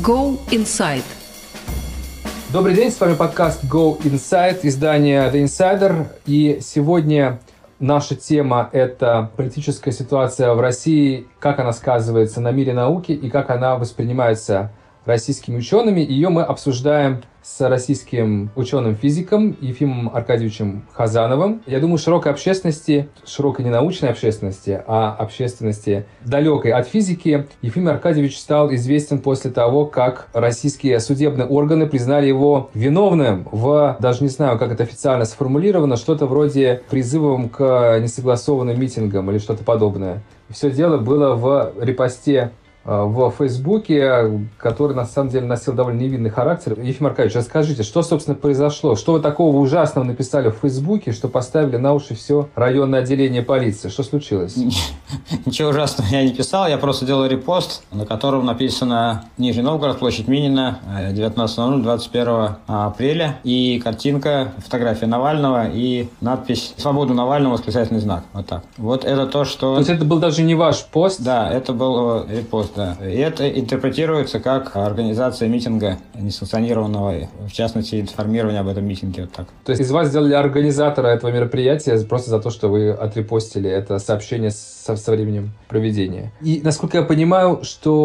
Go Inside. Добрый день, с вами подкаст Go Inside, издание The Insider. И сегодня наша тема – это политическая ситуация в России, как она сказывается на мире науки и как она воспринимается российскими учеными. Ее мы обсуждаем с российским ученым-физиком Ефимом Аркадьевичем Хазановым. Я думаю, широкой общественности, широкой не научной общественности, а общественности далекой от физики, Ефим Аркадьевич стал известен после того, как российские судебные органы признали его виновным в, даже не знаю, как это официально сформулировано, что-то вроде призывом к несогласованным митингам или что-то подобное. Все дело было в репосте в Фейсбуке, который на самом деле носил довольно невинный характер. Ефим Аркадьевич, расскажите, что, собственно, произошло? Что вы такого ужасного написали в Фейсбуке, что поставили на уши все районное отделение полиции? Что случилось? Ничего ужасного я не писал, я просто делал репост, на котором написано «Нижний Новгород, площадь Минина, 19:00, 21 апреля». И картинка, фотография Навального и надпись «Свободу Навального!» восклицательный знак. Вот так. Вот это то, что... То есть это был даже не ваш пост? Да, это был репост. Да. И это интерпретируется как организация митинга несанкционированного, в частности, информирование об этом митинге. Вот так. То есть из вас сделали организатора этого мероприятия просто за то, что вы отрепостили это сообщение со временем проведения. И, насколько я понимаю,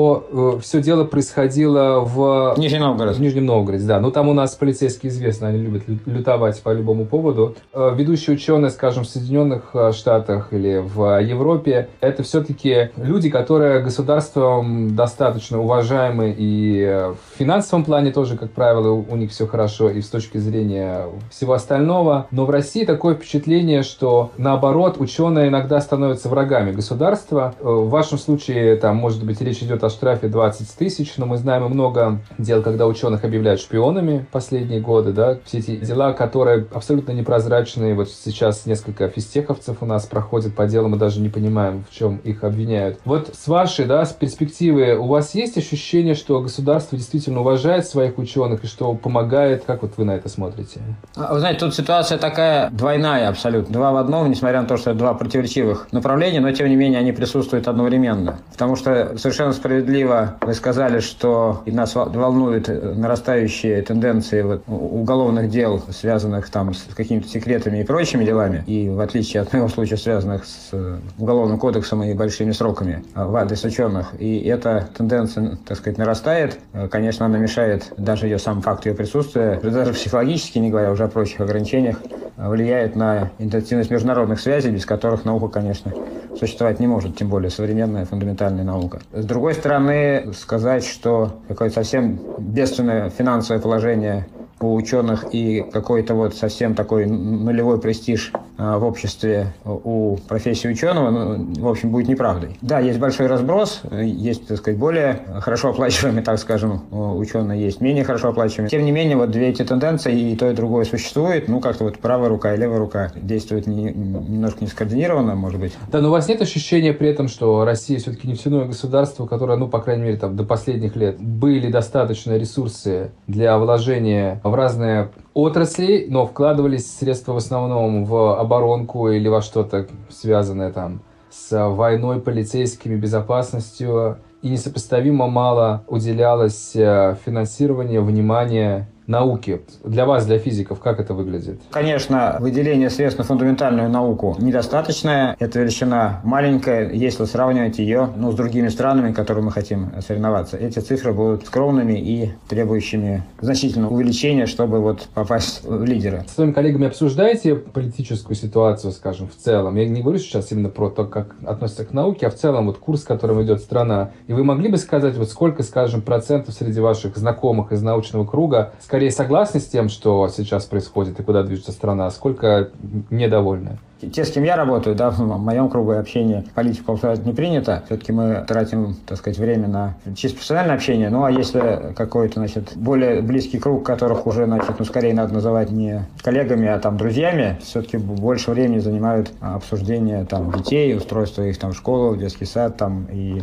что все дело происходило в Нижнем Новгороде. В Нижнем Новгороде, да. Ну, там у нас полицейские известны, они любят лютовать по любому поводу. Ведущие ученые, скажем, в Соединенных Штатах или в Европе, это все-таки люди, которые государством достаточно уважаемы, и в финансовом плане тоже, как правило, у них все хорошо, и с точки зрения всего остального. Но в России такое впечатление, что, наоборот, ученые иногда становятся врагами государства. В вашем случае, там, может быть, речь идет о штрафе 20 тысяч, но мы знаем много дел, когда ученых объявляют шпионами последние годы, да, все эти дела, которые абсолютно непрозрачные. Вот сейчас несколько физтеховцев у нас проходят по делу, мы даже не понимаем, в чем их обвиняют. Вот с вашей, да, с перспективы, у вас есть ощущение, что государство действительно уважает своих ученых и что помогает? Как вот вы на это смотрите? Вы знаете, тут ситуация такая двойная абсолютно. Два в одном, несмотря на то, что это два противоречивых направления, но тем не менее они присутствуют одновременно. Потому что совершенно справедливо вы сказали, что нас волнуют нарастающие тенденции уголовных дел, связанных там с какими-то секретами и прочими делами, и в отличие от моего случая, связанных с Уголовным кодексом и большими сроками в адрес ученых. И эта тенденция, так сказать, нарастает. Конечно, она мешает, даже ее сам факт ее присутствия, даже психологически, не говоря уже о прочих ограничениях, влияет на интенсивность международных связей, без которых наука, конечно, существовать не может, тем более современная фундаментальная наука. С другой стороны, сказать, что какое-то совсем бедственное финансовое положение у ученых и какой-то вот совсем такой нулевой престиж в обществе у профессии ученого, в общем, будет неправдой. Да, есть большой разброс, есть, так сказать, более хорошо оплачиваемые, так скажем, ученые, есть менее хорошо оплачиваемые. Тем не менее, вот две эти тенденции, и то, и другое существует, как-то вот правая рука и левая рука действуют немножко не скоординированно, может быть. Да, но у вас нет ощущения при этом, что Россия все-таки нефтяное государство, которое, по крайней мере, там, до последних лет были достаточно ресурсы для вложения в разные отрасли, но вкладывались средства в основном в оборонку или во что-то связанное там с войной, полицейскими, безопасностью, и несопоставимо мало уделялось финансирования, внимания науки. Для вас, для физиков, как это выглядит? Конечно, выделение средств на фундаментальную науку недостаточное. Эта величина маленькая, если сравнивать ее с другими странами, которые мы хотим соревноваться. Эти цифры будут скромными и требующими значительного увеличения, чтобы попасть в лидеры. С своими коллегами обсуждаете политическую ситуацию, скажем, в целом? Я не говорю сейчас именно про то, как относятся к науке, а в целом курс, которым идет страна. И вы могли бы сказать, сколько, скажем, процентов среди ваших знакомых из научного круга скорее согласны с тем, что сейчас происходит и куда движется страна, а сколько недовольны? Те, с кем я работаю, в моем кругу общения политику обсуждать не принято. Все-таки мы тратим, так сказать, время на чисто профессиональное общение. А если какой-то, более близкий круг, которых уже, скорее надо называть не коллегами, а друзьями, все-таки больше времени занимают обсуждение детей, устройство их в школу, в детский сад и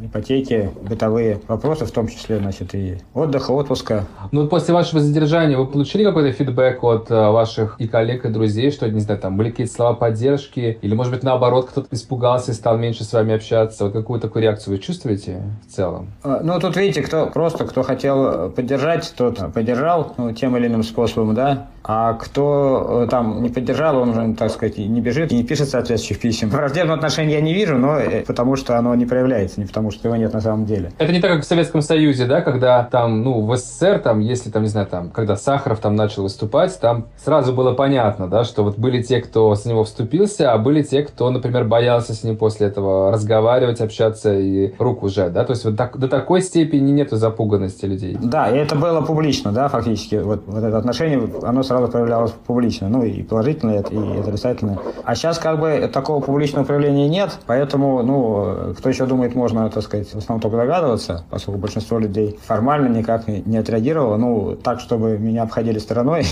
ипотеки, бытовые вопросы, в том числе, значит, и отдыха, отпуска. Ну, после вашего задержания вы получили какой-то фидбэк от ваших и коллег, и друзей, что, не знаю, там были какие-то слова поддержки, или, может быть, наоборот, кто-то испугался и стал меньше с вами общаться? Вот какую такую реакцию вы чувствуете в целом? Ну, тут, видите, кто хотел поддержать, тот поддержал тем или иным способом, да, а кто там не поддержал, он же, так сказать, не бежит и не пишет соответствующих писем. Враждебного отношения я не вижу, но потому что оно не проявляется, не потому что его нет на самом деле. Это не так, как в Советском Союзе, да, когда там, в СССР, там, если там, не знаю, там, когда Сахаров там начал выступать, там сразу было понятно, да, что вот были те, кто с него вступился, а были те, кто, например, боялся с ним после этого разговаривать, общаться и руку жать, да, то есть вот до такой степени нету запуганности людей. Да, и это было публично, да, фактически, вот это отношение, оно сразу проявлялось публично, и положительное, и отрицательное. А сейчас как бы такого публичного проявления нет, поэтому, кто еще думает, можно, так сказать, в основном только догадываться, поскольку большинство людей формально никак не отреагировало, так, чтобы меня обходили стороной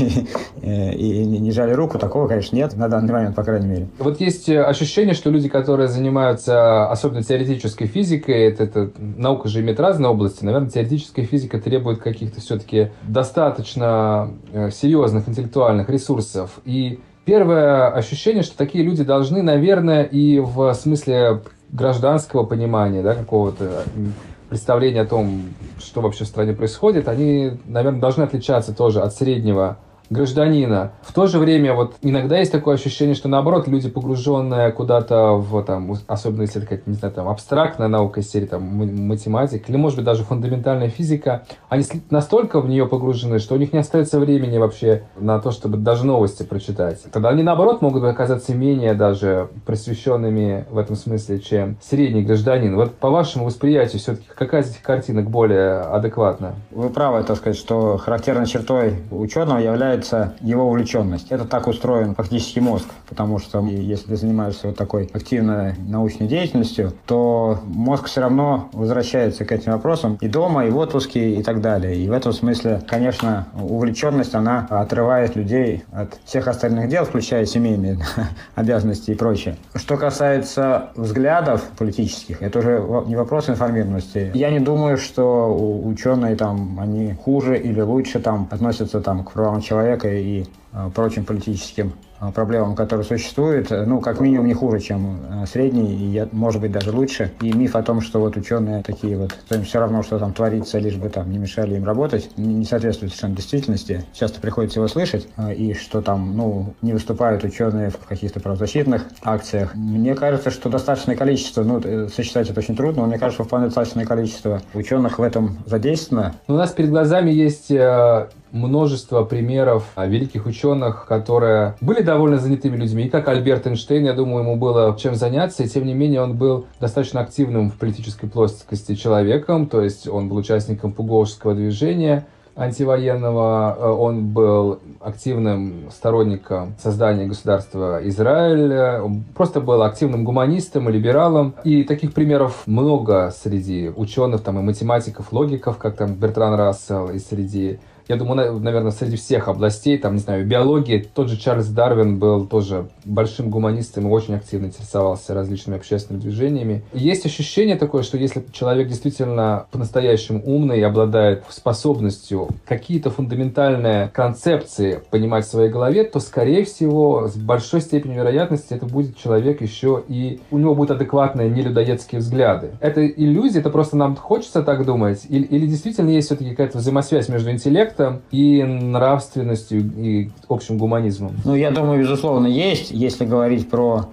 и не жали руку, такого, конечно, нет, на данный момент, по крайней мере. Вот есть ощущение, что люди, которые занимаются особенно теоретической физикой, это наука же имеет разные области, наверное, теоретическая физика требует каких-то все-таки достаточно серьезных интеллектуальных ресурсов. И первое ощущение, что такие люди должны, наверное, и в смысле гражданского понимания, да, какого-то представления о том, что вообще в стране происходит, они, наверное, должны отличаться тоже от среднего гражданина. В то же время вот иногда есть такое ощущение, что наоборот люди, погруженные куда-то в там, особенно если это какая-то, не знаю, там абстрактная наука из серии там математика или может быть даже фундаментальная физика, они настолько в нее погружены, что у них не остается времени вообще на то, чтобы даже новости прочитать. Тогда они наоборот могут оказаться менее даже просвещенными в этом смысле, чем средний гражданин. Вот по вашему восприятию все-таки какая из этих картинок более адекватна? Вы правы, так сказать, что характерной чертой ученого является его увлеченность. Это так устроен фактически мозг, потому что если ты занимаешься вот такой активной научной деятельностью, то мозг все равно возвращается к этим вопросам и дома, и в отпуске, и так далее. И в этом смысле, конечно, увлеченность, она отрывает людей от всех остальных дел, включая семейные обязанности и прочее. Что касается взглядов политических, это уже не вопрос информированности. Я не думаю, что ученые там, они хуже или лучше там относятся там к правам человека и прочим политическим проблемам, которые существуют, как минимум не хуже, чем средний, и, может быть, даже лучше. И миф о том, что вот ученые такие вот, что им все равно, что там творится, лишь бы там не мешали им работать, не соответствует совершенно действительности. Часто приходится его слышать, и что там, не выступают ученые в каких-то правозащитных акциях. Мне кажется, что достаточное количество, сосчитать это очень трудно, но мне кажется, что вполне достаточное количество ученых в этом задействовано. У нас перед глазами есть множество примеров великих ученых, которые были довольно занятыми людьми. И как Альберт Эйнштейн, я думаю, ему было чем заняться, и тем не менее он был достаточно активным в политической плоскости человеком, то есть он был участником Пугошского движения антивоенного, он был активным сторонником создания государства Израиль, он просто был активным гуманистом и либералом. И таких примеров много среди ученых, там, и математиков, логиков, как там Бертран Рассел, и среди... Я думаю, наверное, среди всех областей, там, не знаю, биологии, тот же Чарльз Дарвин был тоже большим гуманистом и очень активно интересовался различными общественными движениями. И есть ощущение такое, что если человек действительно по-настоящему умный и обладает способностью какие-то фундаментальные концепции понимать в своей голове, то, скорее всего, с большой степенью вероятности это будет человек еще и у него будут адекватные нелюдоедские взгляды. Это иллюзия, это просто нам хочется так думать? Или действительно есть все-таки какая-то взаимосвязь между интеллектом и нравственностью, и общим гуманизмом? Я думаю, безусловно, есть. Если говорить про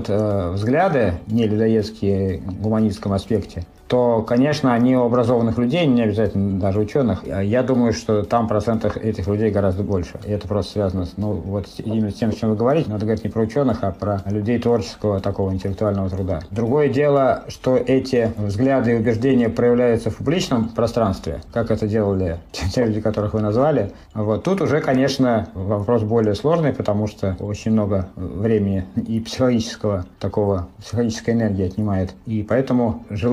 взгляды нелюдоедские в гуманистском аспекте, то, конечно, они у образованных людей, не обязательно даже ученых. Я думаю, что там процентов этих людей гораздо больше. И это просто связано именно с тем, о чем вы говорите. Надо говорить не про ученых, а про людей творческого, такого интеллектуального труда. Другое дело, что эти взгляды и убеждения проявляются в публичном пространстве, как это делали те люди, которых вы назвали. Тут уже, конечно, вопрос более сложный, потому что очень много времени и психологической энергии отнимает. И поэтому желание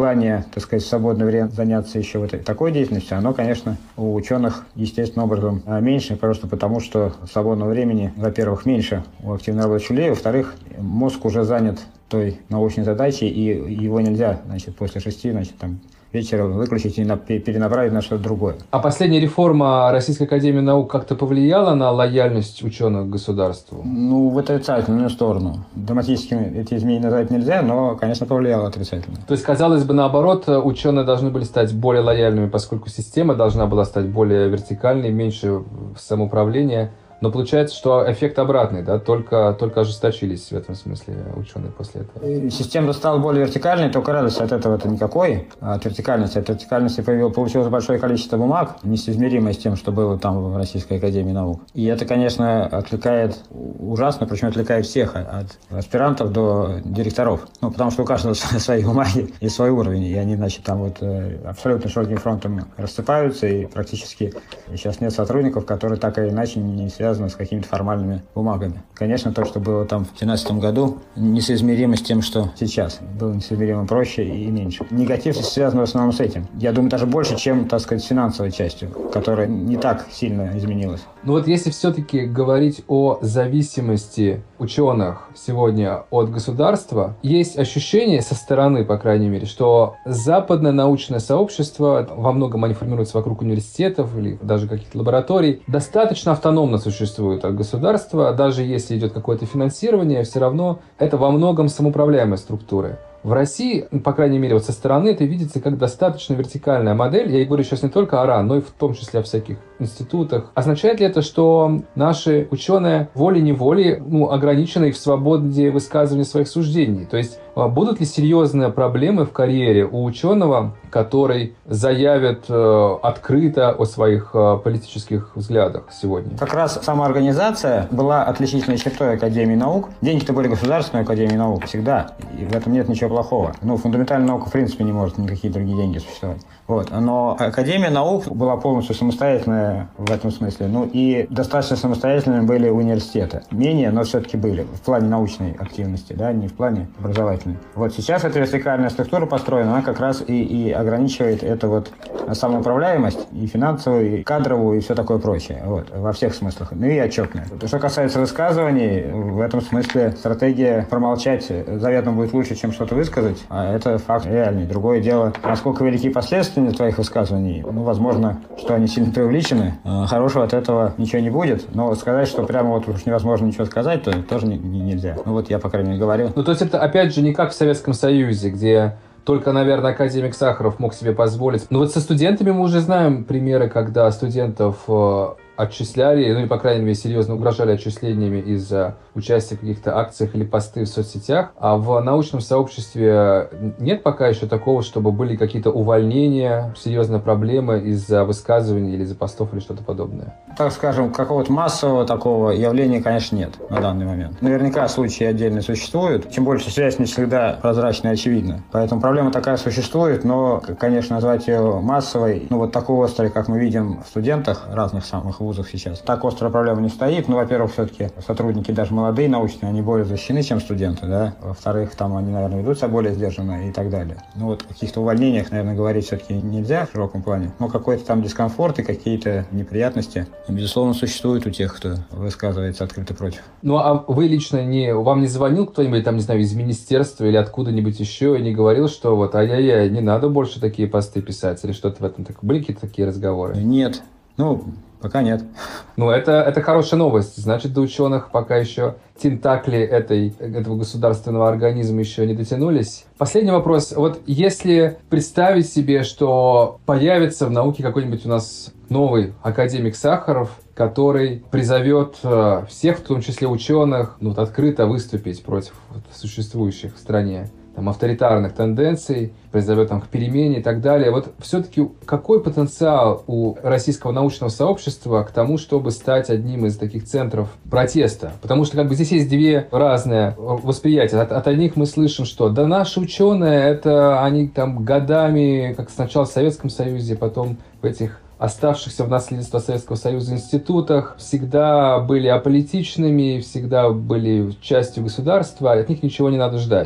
желание, так сказать, в свободное время заняться еще вот такой деятельностью, оно, конечно, у ученых естественным образом меньше, просто потому что свободного времени, во-первых, меньше у активно рабочих людей, во-вторых, мозг уже занят той научной задачей, и его нельзя, значит, после 6, значит, там, вечера выключить и перенаправить на что-то другое. А последняя реформа Российской академии наук как-то повлияла на лояльность ученых к государству? Ну, в отрицательную сторону. Драматическими эти изменения назвать нельзя, но, конечно, повлияло отрицательно. То есть, казалось бы, наоборот, ученые должны были стать более лояльными, поскольку система должна была стать более вертикальной, меньше самоуправления. Но получается, что эффект обратный, да, только ожесточились в этом смысле ученые после этого. Система стала более вертикальной, только радости от этого-то никакой. От вертикальности получилось большое количество бумаг, несоизмеримое с тем, что было там в Российской академии наук. И это, конечно, отвлекает ужасно, причем отвлекает всех, от аспирантов до директоров. Ну, потому что у каждого свои бумаги и свой уровень, и они, значит, там вот абсолютно широким фронтом рассыпаются, и практически сейчас нет сотрудников, которые так или иначе не связаны с какими-то формальными бумагами. Конечно, то, что было там в 2017 году, несоизмеримо с тем, что сейчас. Было несоизмеримо проще и меньше. Негатив связан в основном с этим. Я думаю, даже больше, чем, так сказать, с финансовой частью, которая не так сильно изменилась. Ну вот если все-таки говорить о зависимости ученых сегодня от государства, есть ощущение со стороны, по крайней мере, что западное научное сообщество, во многом они формируются вокруг университетов или даже каких-то лабораторий, достаточно автономно существует от государства, даже если идет какое-то финансирование, все равно это во многом самоуправляемые структуры. В России, по крайней мере, вот со стороны это видится как достаточно вертикальная модель. Я и говорю сейчас не только о РАН, но и в том числе о всяких институтах. Означает ли это, что наши ученые волей-неволей ограничены в свободе высказывания своих суждений? То есть будут ли серьезные проблемы в карьере у ученого, который заявит открыто о своих политических взглядах сегодня? Как раз самоорганизация была отличительной чертой Академии наук. Деньги-то были государственной Академии наук всегда, и в этом нет ничего плохого. Ну, фундаментальная наука, в принципе, не может никакие другие деньги существовать. Вот. Но Академия наук была полностью самостоятельная в этом смысле. Ну, и достаточно самостоятельными были университеты. Менее, но все-таки были. В плане научной активности, да, не в плане образовательной. Вот сейчас эта вертикальная структура построена, она как раз и ограничивает эту вот самоуправляемость, и финансовую, и кадровую, и все такое прочее. Вот. Во всех смыслах. Ну и отчетная. Что касается высказываний, в этом смысле стратегия промолчать заветно будет лучше, чем что-то высказать. А это факт реальный. Другое дело, насколько велики последствия твоих высказываний. Ну, возможно, что они сильно преувеличены. Хорошего от этого ничего не будет. Но сказать, что прямо вот уж невозможно ничего сказать, то тоже нельзя. Ну вот я, по крайней мере, говорю. Ну, то есть это, опять же, не как в Советском Союзе, где только, наверное, академик Сахаров мог себе позволить. Но вот со студентами мы уже знаем примеры, когда студентов отчисляли, ну и, по крайней мере, серьезно угрожали отчислениями из-за участия в каких-то акциях или посты в соцсетях. А в научном сообществе нет пока еще такого, чтобы были какие-то увольнения, серьезные проблемы из-за высказываний или из-за постов или что-то подобное? Так скажем, какого-то массового такого явления, конечно, нет на данный момент. Наверняка случаи отдельно существуют. Тем больше связь не всегда прозрачна и очевидна. Поэтому проблема такая существует, но, конечно, назвать ее массовой, ну вот такой острой, как мы видим в студентах разных самых вузов сейчас. Так острая проблема не стоит. Ну, во-первых, все-таки сотрудники даже молодые научные, они более защищены, чем студенты, да. Во-вторых, там они, наверное, ведут себя более сдержанно и так далее. Ну, вот о каких-то увольнениях, наверное, говорить все-таки нельзя в широком плане. Но какой-то там дискомфорт и какие-то неприятности, безусловно, существуют у тех, кто высказывается открыто против. Ну, а вы лично вам не звонил кто-нибудь, там, не знаю, из министерства или откуда-нибудь еще и не говорил, что вот, ай-яй-яй, не надо больше такие посты писать или что-то в этом? Были какие-то такие разговоры? Нет. Ну, пока нет. Ну, это хорошая новость. Значит, до ученых пока еще тентакли этого государственного организма еще не дотянулись. Последний вопрос. Вот если представить себе, что появится в науке какой-нибудь у нас новый академик Сахаров, который призовет всех, в том числе ученых, открыто выступить против существующих в стране авторитарных тенденций, призовет к перемене и так далее. Вот все-таки какой потенциал у российского научного сообщества к тому, чтобы стать одним из таких центров протеста? Потому что здесь есть две разные восприятия. От одних мы слышим, что да наши ученые, они годами, как сначала в Советском Союзе, потом в этих оставшихся в наследство Советского Союза институтах, всегда были аполитичными, всегда были частью государства, от них ничего не надо ждать.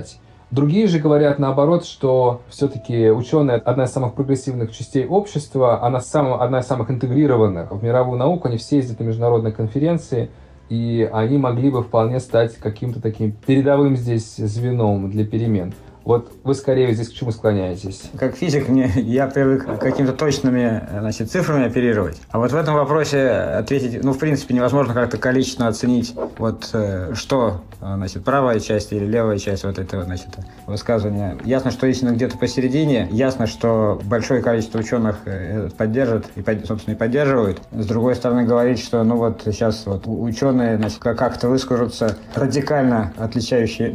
Другие же говорят наоборот, что все-таки ученые — одна из самых прогрессивных частей общества, одна из самых интегрированных в мировую науку. Они все ездят на международные конференции, и они могли бы вполне стать каким-то таким передовым здесь звеном для перемен. Вот вы скорее здесь к чему склоняетесь? Как физик, я привык какими-то точными, цифрами оперировать. А вот в этом вопросе ответить, в принципе, невозможно как-то количественно оценить, что, правая часть или левая часть вот этого, высказывания. Ясно, что истина где-то посередине. Ясно, что большое количество ученых поддержит и, собственно, и поддерживают. С другой стороны, говорить, что, сейчас ученые, как-то выскажутся радикально отличающие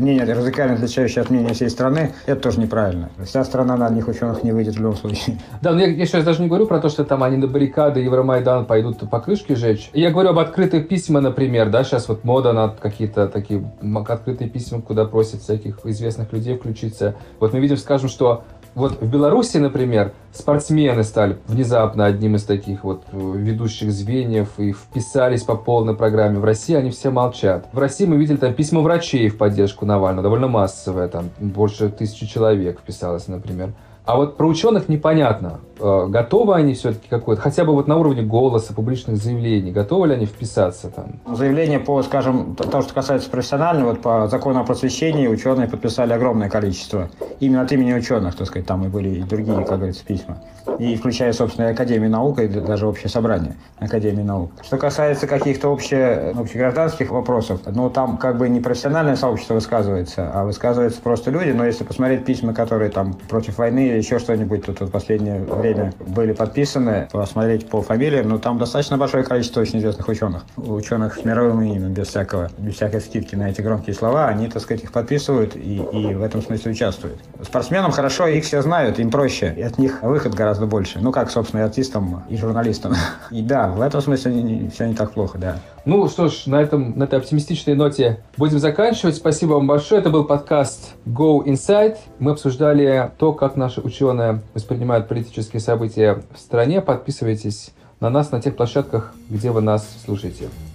от мнения всей страны, это тоже неправильно. Вся страна на одних ученых не выйдет в любом случае. Да, но я сейчас даже не говорю про то, что там они на баррикады Евромайдан пойдут покрышки жечь. Я говорю об открытых письмах, например, да, сейчас мода на какие-то такие открытые письма, куда просят всяких известных людей включиться. Мы видим, скажем, что в Беларуси, например, спортсмены стали внезапно одним из таких ведущих звеньев и вписались по полной программе. В России они все молчат. В России мы видели там письма врачей в поддержку Навального, довольно массовое, там больше 1000 человек вписалось, например. А про ученых непонятно, готовы они все-таки хотя бы на уровне голоса, публичных заявлений, готовы ли они вписаться там? Заявления по, скажем, то, что касается профессионального, по закону о просвещении ученые подписали огромное количество. Именно от имени ученых, там и были и другие, как говорится, письма. И включая, собственно, и Академию наук, и даже общее собрание Академии наук. Что касается каких-то общегражданских вопросов, там не профессиональное сообщество высказывается, а высказываются просто люди. Но если посмотреть письма, которые там против войны или еще что-нибудь тут в последнее время были подписаны, посмотреть по фамилиям, там достаточно большое количество очень известных ученых. Ученых с мировым именем, без всякой скидки на эти громкие слова, они, их подписывают и в этом смысле участвуют. Спортсменам хорошо, их все знают, им проще, и от них выход гораздо больше. Собственно, и артистам, и журналистам. И да, в этом смысле все не так плохо, да. Что ж, на этой оптимистичной ноте будем заканчивать. Спасибо вам большое. Это был подкаст Go Inside. Мы обсуждали то, как наши ученые воспринимают политические события в стране. Подписывайтесь на нас на тех площадках, где вы нас слушаете.